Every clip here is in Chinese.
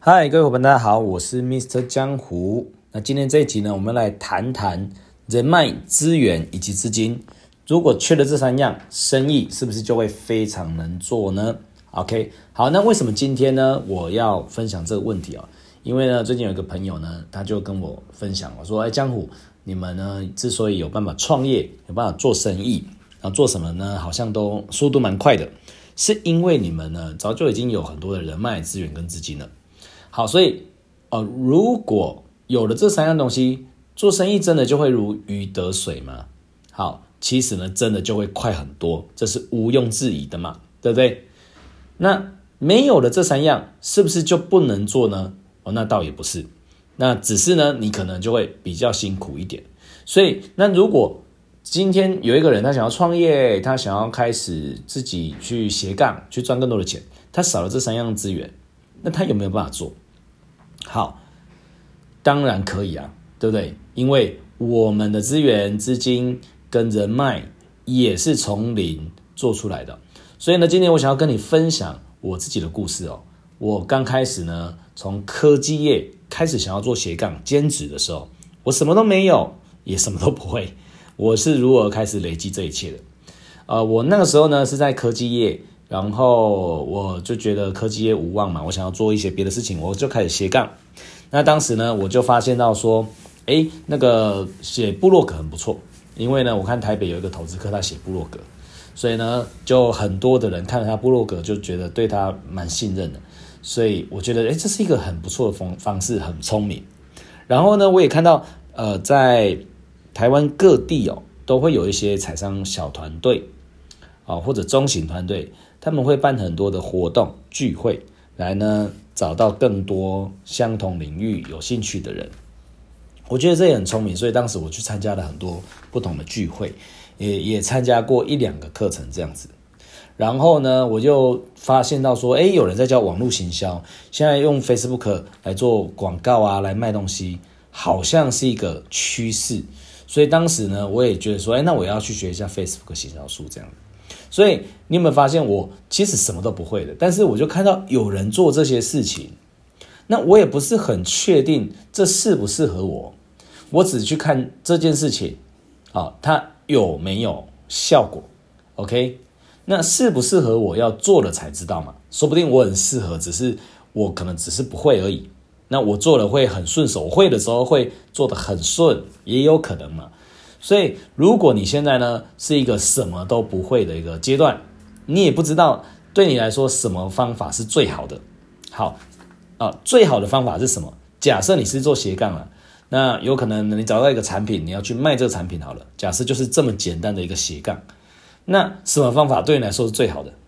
嗨，各位伙伴，大家好，我是 Mr. 江湖。那今天这一集呢，我们来谈谈人脉、资源以及资金。如果缺了这三样，生意是不是就会非常能做呢 ？OK， 好，那为什么今天呢，我要分享这个问题啊？因为呢，最近有一个朋友呢，他就跟我分享，我说：“江湖，你们呢之所以有办法创业，有办法做生意，然后做什么呢？好像都速度蛮快的，是因为你们呢早就已经有很多的人脉、资源跟资金了。”好，所以如果有了这三样东西，做生意真的就会如鱼得水吗？好，其实呢，真的就会快很多，这是毋庸置疑的嘛，对不对？那没有了这三样，是不是就不能做呢？那倒也不是，那只是呢，你可能就会比较辛苦一点。所以，那如果今天有一个人他想要创业，他想要开始自己去斜杠，去赚更多的钱，他少了这三样资源，那他有没有办法做？好，当然可以啊，对不对？因为我们的资源、资金跟人脉也是从零做出来的。所以呢，今天我想要跟你分享我自己的故事哦。我刚开始呢，从科技业开始想要做斜杠兼职的时候，我什么都没有，也什么都不会。我是如何开始累积这一切的？我那个时候呢是在科技业。然后我就觉得科技业无望嘛，我想要做一些别的事情，我就开始斜杠。那当时呢，我就发现到说，那个写部落格很不错，因为呢，我看台北有一个投资客他写部落格，所以呢，就很多的人看了他部落格就觉得对他蛮信任的，所以我觉得，这是一个很不错的方式，很聪明。然后呢，我也看到，在台湾各地都会有一些财商小团队，或者中型团队。他们会办很多的活动聚会，来呢找到更多相同领域有兴趣的人。我觉得这也很聪明，所以当时我去参加了很多不同的聚会，也参加过一两个课程这样子。然后呢，我就发现到说，有人在教网络行销，现在用 Facebook 来做广告啊，来卖东西，好像是一个趋势。所以当时呢，我也觉得说，那我要去学一下 Facebook 行销术这样。所以你有没有发现我其实什么都不会的，但是我就看到有人做这些事情，那我也不是很确定这适不适合我，我只去看这件事情它有没有效果 OK， 那适不适合我要做了才知道嘛，说不定我很适合，只是我可能只是不会而已，那我做了会很顺手，我会的时候会做得很顺，也有可能嘛。所以如果你现在呢是一个什么都不会的一个阶段，你也不知道对你来说什么方法是最好的。好最好的方法是什么？假设你是做斜杠了，那有可能你找到一个产品，你要去卖这个产品好了，假设就是这么简单的一个斜杠，那什么方法对你来说是最好的？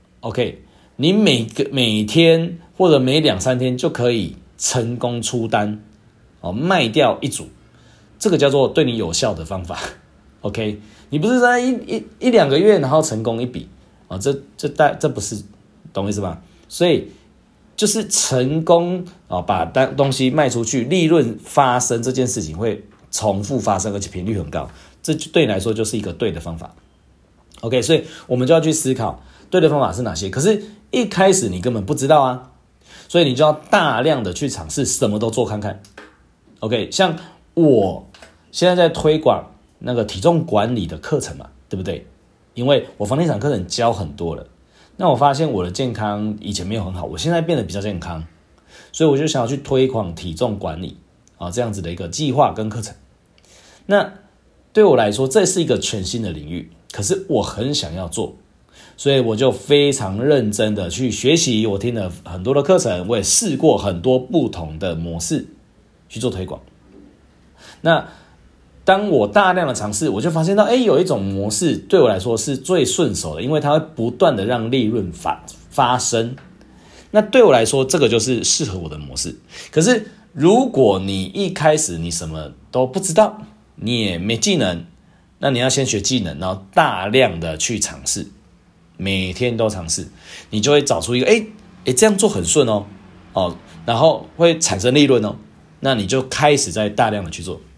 OK， 你每天或者每2-3天就可以成功出单卖掉一组，这个叫做对你有效的方法 OK， 你不是在一两个月然后成功一笔这不是，懂我意思吧？所以就是成功把东西卖出去，利润发生这件事情会重复发生，而且频率很高，这对你来说就是一个对的方法 OK， 所以我们就要去思考对的方法是哪些，可是一开始你根本不知道啊，所以你就要大量的去尝试，什么都做看看 OK， 像我现在在推广那个体重管理的课程嘛，对不对？因为我房地产课程教很多了，那我发现我的健康以前没有很好，我现在变得比较健康，所以我就想要去推广体重管理这样子的一个计划跟课程。那对我来说这是一个全新的领域，可是我很想要做，所以我就非常认真的去学习，我听了很多的课程，我也试过很多不同的模式去做推广。那当我大量的尝试，我就发现到有一种模式对我来说是最顺手的，因为它会不断的让利润发生，那对我来说这个就是适合我的模式。可是如果你一开始你什么都不知道，你也没技能，那你要先学技能，然后大量的去尝试，每天都尝试，你就会找出一个这样做很顺然后会产生利润那你就开始在大量的去做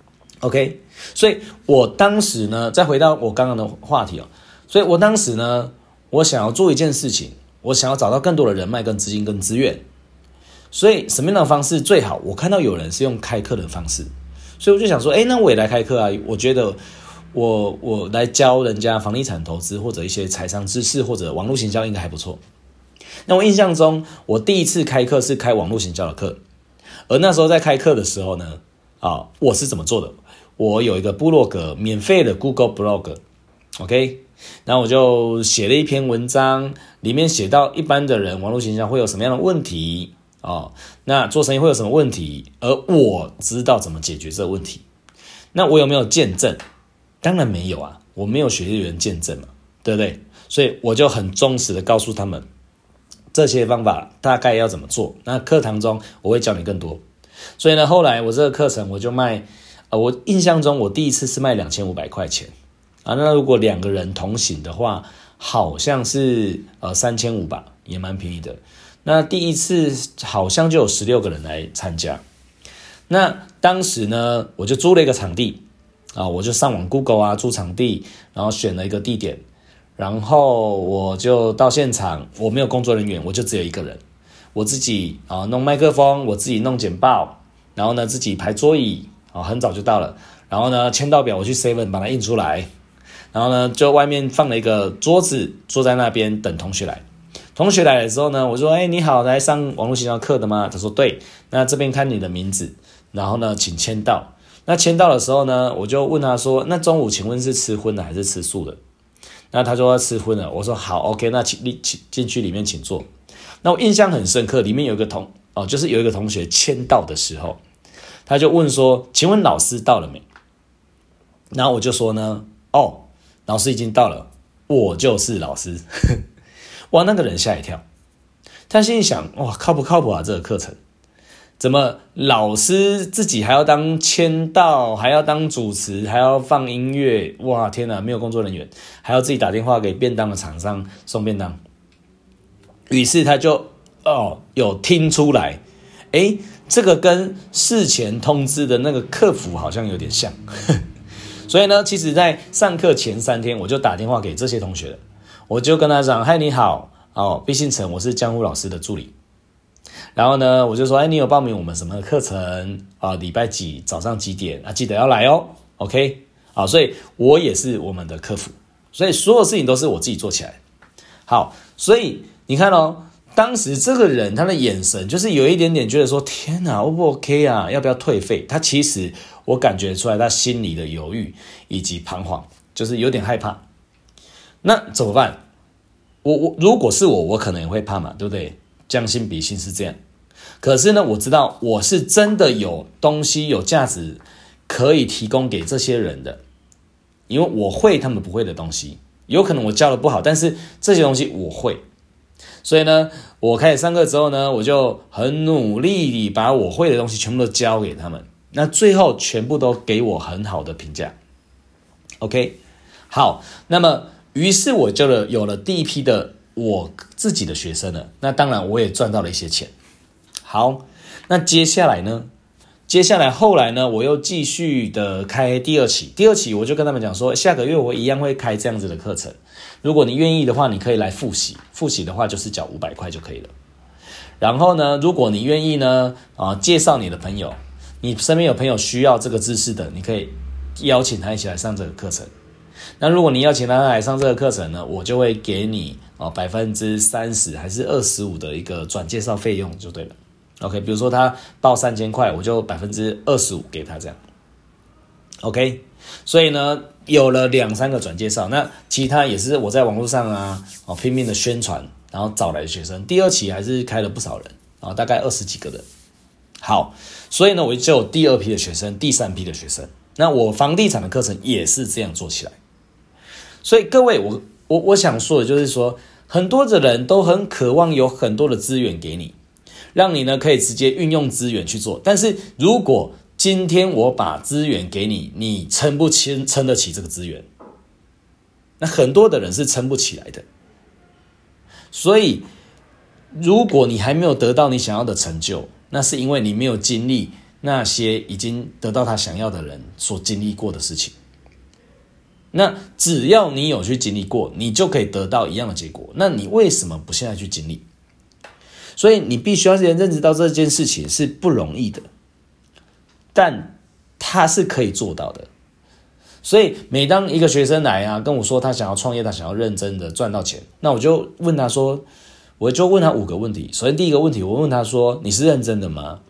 OK， 所以我当时呢，再回到我刚刚的话题所以我当时呢，我想要做一件事情，我想要找到更多的人脉跟资金跟资源， 所以什么样的方式最好？我看到有人是用开课的方式，所以我就想说，那我也来开课啊！我觉得我来教人家房地产投资或者一些财商知识或者网络行销应该还不错。那我印象中，我第一次开课是开网络行销的课，而那时候在开课的时候呢，我是怎么做的？我有一个部落格，免费的 Google Blog，OK，然后我就写了一篇文章，里面写到一般的人网络行销会有什么样的问题那做生意会有什么问题，而我知道怎么解决这个问题。那我有没有见证？当然没有啊，我没有学业员见证嘛，对不对？所以我就很忠实的告诉他们这些方法大概要怎么做。那课堂中我会教你更多。所以呢，后来我这个课程我就卖，我印象中我第一次是卖2500块钱那如果2个人同行的话，好像是3500吧，也蛮便宜的。那第一次好像就有16个人来参加。那当时呢，我就租了一个场地我就上网 Google 租场地，然后选了一个地点，然后我就到现场，我没有工作人员，我就只有一个人，我自己弄麦克风，我自己弄简报，然后呢自己排桌椅很早就到了，然后呢签到表我去 7 把它印出来，然后呢就外面放了一个桌子，坐在那边等同学来。同学来的时候呢，我说你好，来上网络行销课的吗？他说对。那这边看你的名字，然后呢请签到。那签到的时候呢，我就问他说，那中午请问是吃荤的还是吃素的？那他说吃荤的。我说好 OK， 那进去里面请坐。那我印象很深刻，里面有一个就是有一个同学签到的时候，他就问说，请问老师到了没？然后我就说呢，老师已经到了，我就是老师。哇，那个人吓一跳，他心里想，哇，靠不靠谱啊？这个课程怎么老师自己还要当签到，还要当主持，还要放音乐？哇，天哪，没有工作人员，还要自己打电话给便当的厂商送便当。于是他就有听出来，这个跟事前通知的那个客服好像有点像。所以呢，其实在上课前3天，我就打电话给这些同学了。我就跟他讲，嗨，你好毕信成，我是江湖老师的助理。然后呢，我就说，你有报名我们什么课程礼拜几早上几点记得要来OK 所以我也是我们的客服，所以所有事情都是我自己做起来。好，所以你看当时这个人他的眼神就是有一点点觉得说，天哪 ，O 不 OK 要不要退费？他其实我感觉出来他心里的犹豫以及彷徨，就是有点害怕。那怎么办？我如果是我可能也会怕嘛，对不对？将心比心是这样。可是呢，我知道我是真的有东西有价值可以提供给这些人的，因为我会他们不会的东西，有可能我教的不好，但是这些东西我会。所以呢，我开始上课之后呢，我就很努力地把我会的东西全部都教给他们，那最后全部都给我很好的评价。OK， 好，那么于是我就有了第一批的我自己的学生了，那当然我也赚到了一些钱。好，那接下来后来呢，我又继续的开第二期我就跟他们讲说，下个月我一样会开这样子的课程，如果你愿意的话，你可以来复习的话就是缴500块就可以了。然后呢，如果你愿意呢介绍你的朋友，你身边有朋友需要这个知识的，你可以邀请他一起来上这个课程。那如果你邀请他来上这个课程呢，我就会给你30%还是25%的一个转介绍费用就对了。OK， 比如说他报3000块，我就25%给他这样。OK， 所以呢，有了2-3个转介绍，那其他也是我在网络上拼命的宣传，然后找来的学生。第二期还是开了不少人大概20几个人。好，所以呢，我就有第2批的学生，第3批的学生。那我房地产的课程也是这样做起来。所以各位，我想说的就是说，很多的人都很渴望有很多的资源给你，让你呢可以直接运用资源去做。但是如果今天我把资源给你，你撑得起这个资源？那很多的人是撑不起来的。所以如果你还没有得到你想要的成就，那是因为你没有经历那些已经得到他想要的人所经历过的事情。那只要你有去经历过，你就可以得到一样的结果。那你为什么不现在去经历？ 所以你必须要先认知到这件事情是不容易的，但它是可以做到的。所以每当一个学生来跟我说他想要创业，他想要认真的赚到钱，那我就问他说，我就问他5个问题。首先第一个问题，我问他说，你是认真的吗？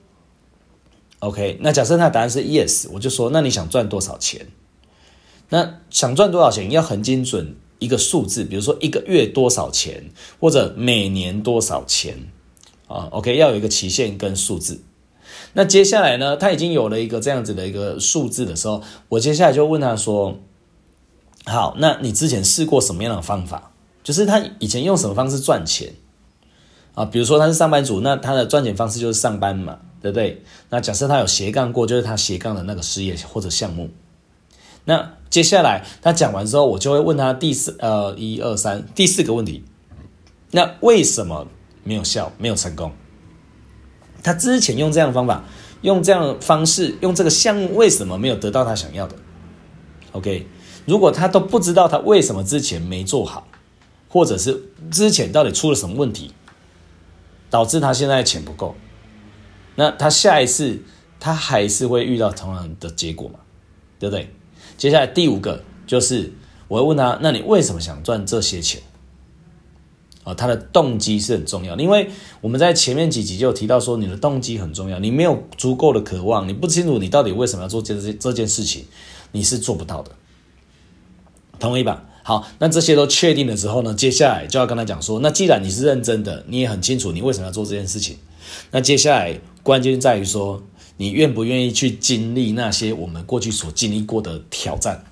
OK， 那假设他的答案是 yes， 我就说那你想赚多少钱？那想赚多少钱要很精准一个数字，比如说1个月多少钱，或者每年多少钱OK， 要有一个期限跟数字。那接下来呢，他已经有了一个这样子的一个数字的时候，我接下来就问他说，好，那你之前试过什么样的方法？就是他以前用什么方式赚钱比如说他是上班族，那他的赚钱方式就是上班嘛，对不对？那假设他有斜杠过，就是他斜杠的那个事业或者项目。那接下来他讲完之后，我就会问他第4个问题，那为什么没有效，没有成功？他之前用这样的方法，用这样的方式，用这个项目，为什么没有得到他想要的 ？OK， 如果他都不知道他为什么之前没做好，或者是之前到底出了什么问题，导致他现在钱不够，那他下一次他还是会遇到同样的结果嘛，对不对？接下来第5个就是我会问他，那你为什么想赚这些钱？他的动机是很重要的，因为我们在前面几集就有提到说，你的动机很重要。你没有足够的渴望，你不清楚你到底为什么要做这件事情，你是做不到的，同意吧？好，那这些都确定了之后呢，接下来就要跟他讲说，那既然你是认真的，你也很清楚你为什么要做这件事情，那接下来关键在于说，你愿不愿意去经历那些我们过去所经历过的挑战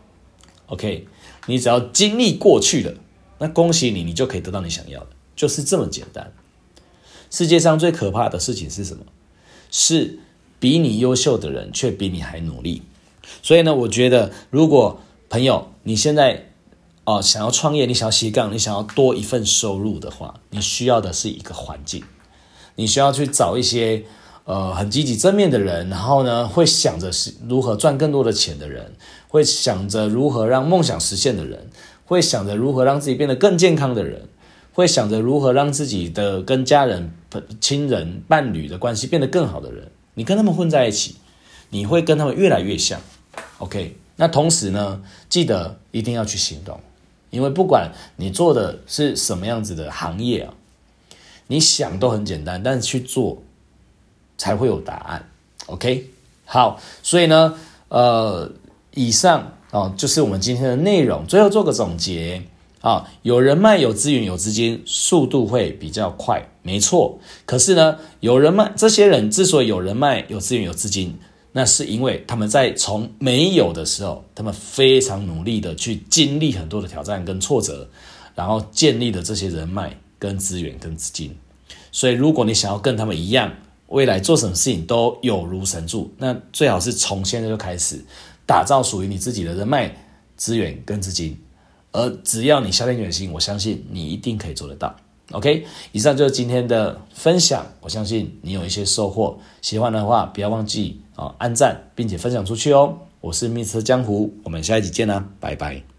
？OK， 你只要经历过去了。那恭喜你，你就可以得到你想要的，就是这么简单。世界上最可怕的事情是什么？是比你优秀的人却比你还努力。所以呢，我觉得如果朋友你现在想要创业，你想要斜杠，你想要多一份收入的话，你需要的是一个环境，你需要去找一些很积极正面的人，然后呢会想着如何赚更多的钱的人，会想着如何让梦想实现的人，会想着如何让自己变得更健康的人，会想着如何让自己的跟家人、亲人、伴侣的关系变得更好的人，你跟他们混在一起，你会跟他们越来越像。OK， 那同时呢，记得一定要去行动，因为不管你做的是什么样子的行业你想都很简单，但是去做才会有答案。OK， 好，所以呢，以上就是我们今天的内容。最后做个总结有人脉、有资源、有资金，速度会比较快，没错。可是呢，有人脉，这些人之所以有人脉、有资源、有资金，那是因为他们在从没有的时候，他们非常努力的去经历很多的挑战跟挫折，然后建立了这些人脉跟资源跟资金。所以如果你想要跟他们一样，未来做什么事情都有如神助，那最好是从现在就开始打造属于你自己的人脉、资源跟资金。而只要你下定决心，我相信你一定可以做得到。OK， 以上就是今天的分享，我相信你有一些收获。喜欢的话，不要忘记按赞，并且分享出去哦。我是 Mr. 江湖，我们下一集见啦，拜拜。